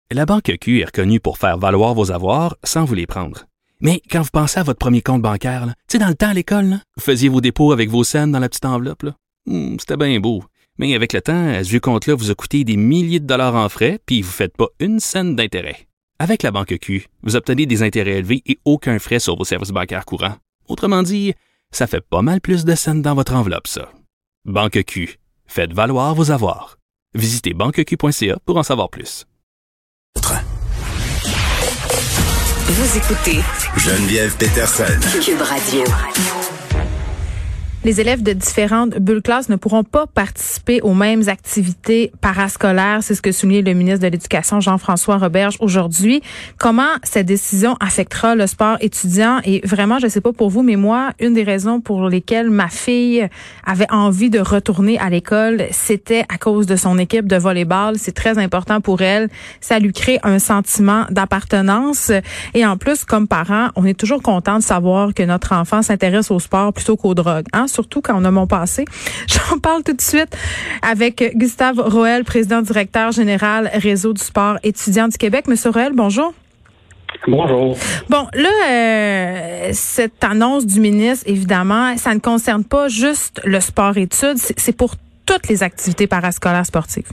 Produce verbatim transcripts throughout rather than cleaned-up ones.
La Banque Q est reconnue pour faire valoir vos avoirs sans vous les prendre. Mais quand vous pensez à votre premier compte bancaire, tu sais, dans le temps à l'école, là, vous faisiez vos dépôts avec vos scènes dans la petite enveloppe. Là. Hum, c'était bien beau. Mais avec le temps, à ce vieux compte-là vous a coûté des milliers de dollars en frais, puis vous ne faites pas une scène d'intérêt. Avec la Banque Q, vous obtenez des intérêts élevés et aucun frais sur vos services bancaires courants. Autrement dit, ça fait pas mal plus de scènes dans votre enveloppe, ça. Banque Q. Faites valoir vos avoirs. Visitez banque q point c a pour en savoir plus. Vous écoutez Geneviève Peterson. Cube Radio. Les élèves de différentes bulles classes ne pourront pas participer aux mêmes activités parascolaires. C'est ce que souligne le ministre de l'Éducation, Jean-François Roberge, aujourd'hui. Comment cette décision affectera le sport étudiant? Et vraiment, je ne sais pas pour vous, mais moi, une des raisons pour lesquelles ma fille avait envie de retourner à l'école, c'était à cause de son équipe de volleyball. C'est très important pour elle. Ça lui crée un sentiment d'appartenance. Et en plus, comme parents, on est toujours content de savoir que notre enfant s'intéresse au sport plutôt qu'aux drogues. Hein? Surtout quand on a mon passé. J'en parle tout de suite avec Gustave Roel, président directeur général Réseau du sport étudiant du Québec. Monsieur Roel, bonjour. Bonjour. Bon, là, euh, cette annonce du ministre, évidemment, ça ne concerne pas juste le sport-études, c'est, c'est pour toutes les activités parascolaires sportives.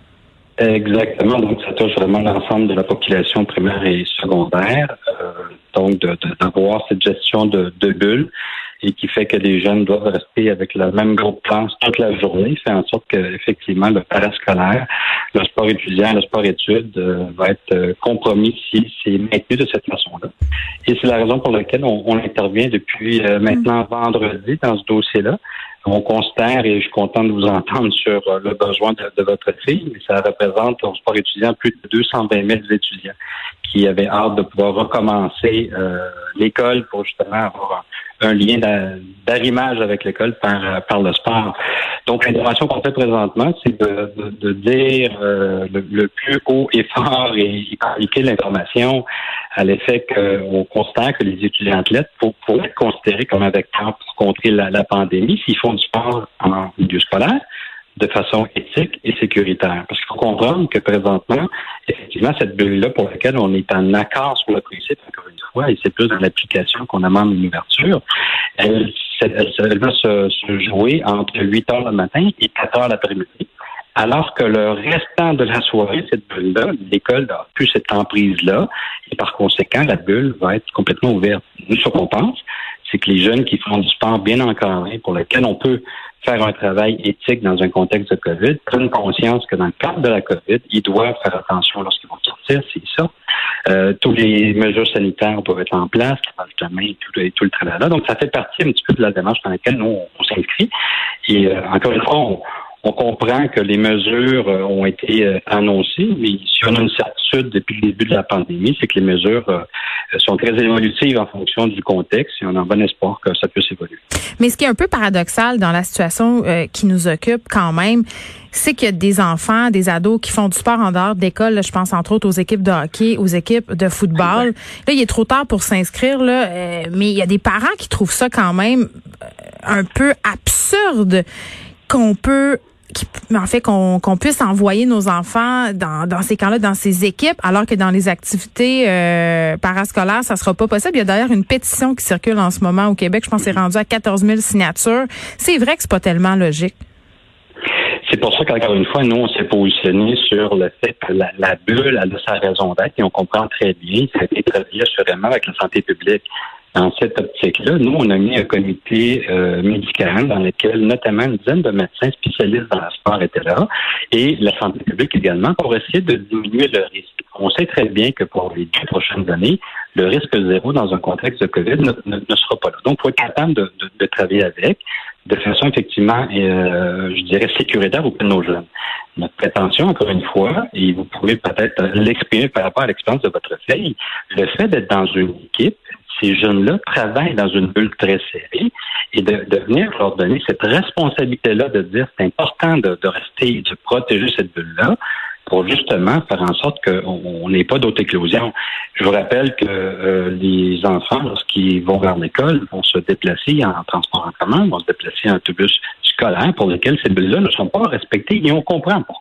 Exactement. Donc, ça touche vraiment l'ensemble de la population primaire et secondaire. Euh, donc, de, de, d'avoir cette gestion de, de bulles et qui fait que les jeunes doivent rester avec le même groupe de classe toute la journée, fait en sorte que effectivement le parascolaire, le sport étudiant, le sport études euh, va être euh, compromis si c'est maintenu de cette façon-là. Et c'est la raison pour laquelle on, on intervient depuis euh, maintenant vendredi dans ce dossier-là. On considère, et je suis content de vous entendre sur euh, le besoin de, de votre fille, mais ça représente au sport étudiant plus de deux cent vingt mille étudiants qui avaient hâte de pouvoir recommencer euh, l'école pour justement avoir un, un lien d'arrimage avec l'école par, par le sport. Donc, l'intervention qu'on fait présentement, c'est de, de, de dire euh, le, le plus haut et fort et communiquer l'information à l'effet qu'on considère que les étudiants athlètes pour, pour être considérés comme un vecteur pour contrer la, la pandémie s'ils font du sport en milieu scolaire de façon éthique et sécuritaire. Parce qu'il faut comprendre que présentement, effectivement, cette bulle-là pour laquelle on est en accord sur le principe, encore une fois, et c'est plus dans l'application qu'on amende une ouverture, elle, elle, elle va se, se jouer entre huit heures le matin et quatre heures l'après-midi. Alors que le restant de la soirée, cette bulle-là, l'école n'a plus cette emprise-là, et par conséquent, la bulle va être complètement ouverte. Nous, ce qu'on pense, c'est que les jeunes qui font du sport bien encadré, pour lequel on peut faire un travail éthique dans un contexte de COVID, prennent conscience que dans le cadre de la COVID, ils doivent faire attention lorsqu'ils vont sortir, c'est ça. Euh, toutes les mesures sanitaires doivent être en place, la main et tout, et tout le tralala. Donc, ça fait partie un petit peu de la démarche dans laquelle nous, on, on s'inscrit. Et euh, encore une fois, on On comprend que les mesures euh, ont été euh, annoncées, mais si on a une certitude depuis le début de la pandémie, c'est que les mesures euh, sont très évolutives en fonction du contexte et on a un bon espoir que ça puisse évoluer. Mais ce qui est un peu paradoxal dans la situation euh, qui nous occupe quand même, c'est qu'il y a des enfants, des ados qui font du sport en dehors de l'école. Je pense entre autres aux équipes de hockey, aux équipes de football. Là, il est trop tard pour s'inscrire, là, euh, mais il y a des parents qui trouvent ça quand même euh, un peu absurde qu'on peut Qui, en fait, qu'on, qu'on puisse envoyer nos enfants dans, dans ces camps-là, dans ces équipes, alors que dans les activités euh, parascolaires, ça sera pas possible. Il y a d'ailleurs une pétition qui circule en ce moment au Québec. Je pense que c'est rendu à quatorze mille signatures. C'est vrai que c'est pas tellement logique. C'est pour ça qu'encore une fois, nous, on s'est positionné sur le fait que la, la bulle, elle a sa raison d'être et on comprend très bien, ça a été travaillé assurément avec la santé publique. Dans cette optique-là, nous, on a mis un comité euh, médical dans lequel notamment une dizaine de médecins spécialistes dans le sport étaient là et la santé publique également pour essayer de diminuer le risque. On sait très bien que pour les deux prochaines années, le risque zéro dans un contexte de COVID ne, ne, ne sera pas là. Donc, il faut être capable de, de, de travailler avec de façon effectivement, euh, je dirais, sécuritaire auprès de nos jeunes. Notre prétention, encore une fois, et vous pouvez peut-être l'exprimer par rapport à l'expérience de votre fille, le fait d'être dans une équipe, ces jeunes-là travaillent dans une bulle très serrée et de, de venir leur donner cette responsabilité-là de dire c'est important de, de rester et de protéger cette bulle-là pour justement faire en sorte qu'on n'ait pas d'autres éclosions. Je vous rappelle que euh, les enfants, lorsqu'ils vont vers l'école, vont se déplacer en transport en commun, vont se déplacer en autobus scolaire pour lesquels ces bulles-là ne sont pas respectées et on comprend pourquoi.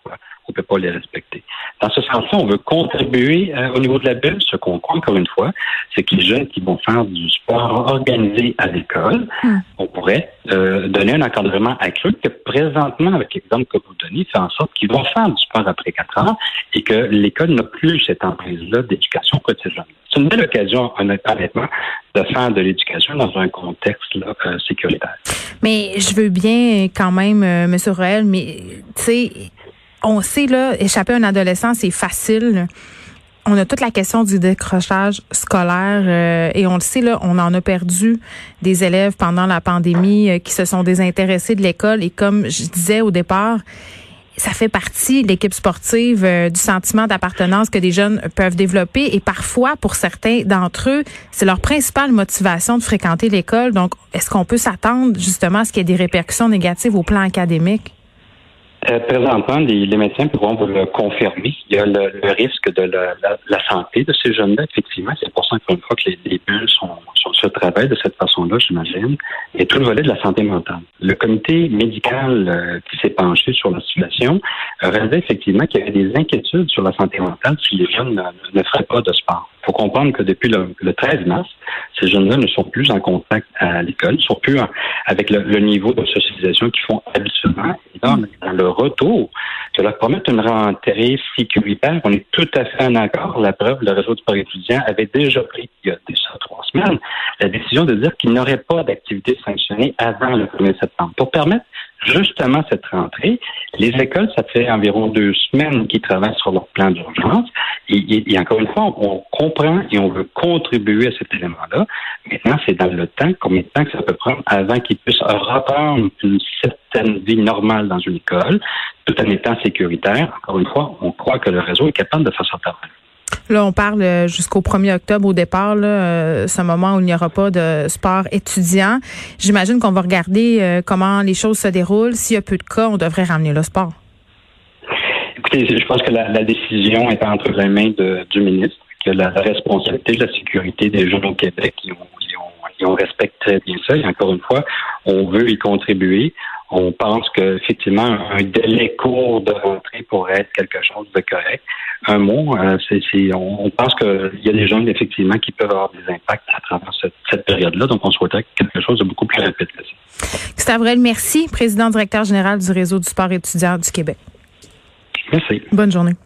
on ne peut pas les respecter. Dans ce sens-là, on veut contribuer euh, au niveau de la bulle. Ce qu'on croit, encore une fois, c'est que les jeunes qui vont faire du sport organisé à l'école, mmh. on pourrait euh, donner un encadrement accru que présentement, avec l'exemple que vous donnez, fait en sorte qu'ils vont faire du sport après quatre ans et que l'école n'a plus cette emprise-là d'éducation pour ces jeunes. C'est une belle occasion, honnêtement, de faire de l'éducation dans un contexte là, euh, sécuritaire. Mais je veux bien quand même, euh, M. Roel, mais tu sais, on sait, là, échapper à un adolescent, c'est facile. On a toute la question du décrochage scolaire euh, et on le sait, là, on en a perdu des élèves pendant la pandémie euh, qui se sont désintéressés de l'école et comme je disais au départ, ça fait partie, l'équipe sportive, euh, du sentiment d'appartenance que des jeunes peuvent développer et parfois, pour certains d'entre eux, c'est leur principale motivation de fréquenter l'école. Donc, est-ce qu'on peut s'attendre justement à ce qu'il y ait des répercussions négatives au plan académique? Euh, présentement, les, les médecins pourront vous le confirmer. Il y a le, le risque de la, la, la santé de ces jeunes-là, effectivement. C'est pour ça qu'une fois que les, les bulles sont, sont se travaillent de cette façon-là, j'imagine. Et tout le volet de la santé mentale. Le comité médical euh, qui s'est penché sur la situation euh, réalisait effectivement qu'il y avait des inquiétudes sur la santé mentale si les jeunes ne, ne feraient pas de sport. Il faut comprendre que depuis le, le treize mars, ces jeunes-là ne sont plus en contact à l'école, ne sont plus en, avec le, le niveau de socialisation qu'ils font habituellement. Et dans, dans le retour, de leur permettre une rentrée sécuritaire, on est tout à fait en accord. La preuve, le réseau du sport étudiant avait déjà pris, il y a déjà trois semaines, la décision de dire qu'il n'aurait pas d'activité sanctionnée avant le premier septembre. Pour permettre justement cette rentrée, les écoles, ça fait environ deux semaines qu'ils travaillent sur leur plan d'urgence. Et, et, et encore une fois, on comprend et on veut contribuer à cet élément-là. Maintenant, c'est dans le temps, combien de temps que ça peut prendre avant qu'ils puissent reprendre une certaine vie normale dans une école, tout en étant sécuritaire. Encore une fois, on croit que le réseau est capable de faire ça. Là, on parle jusqu'au premier octobre au départ, là, euh, ce moment où il n'y aura pas de sport étudiant. J'imagine qu'on va regarder euh, comment les choses se déroulent. S'il y a peu de cas, on devrait ramener le sport. Écoutez, je pense que la, la décision est entre les mains de, du ministre, que la, la responsabilité de la sécurité des jeunes au Québec, ils ont, ils ont, ils ont respecte très bien ça. Et encore une fois, on veut y contribuer. On pense qu'effectivement, un délai court de rentrée pourrait être quelque chose de correct. Un mot, euh, c'est, c'est, on, on pense qu'il y a des jeunes, effectivement, qui peuvent avoir des impacts à travers cette, cette période-là. Donc, on souhaiterait quelque chose de beaucoup plus rapide que ça. Gustave Roel, merci, président directeur général du Réseau du sport étudiant du Québec. Merci. Bonne journée.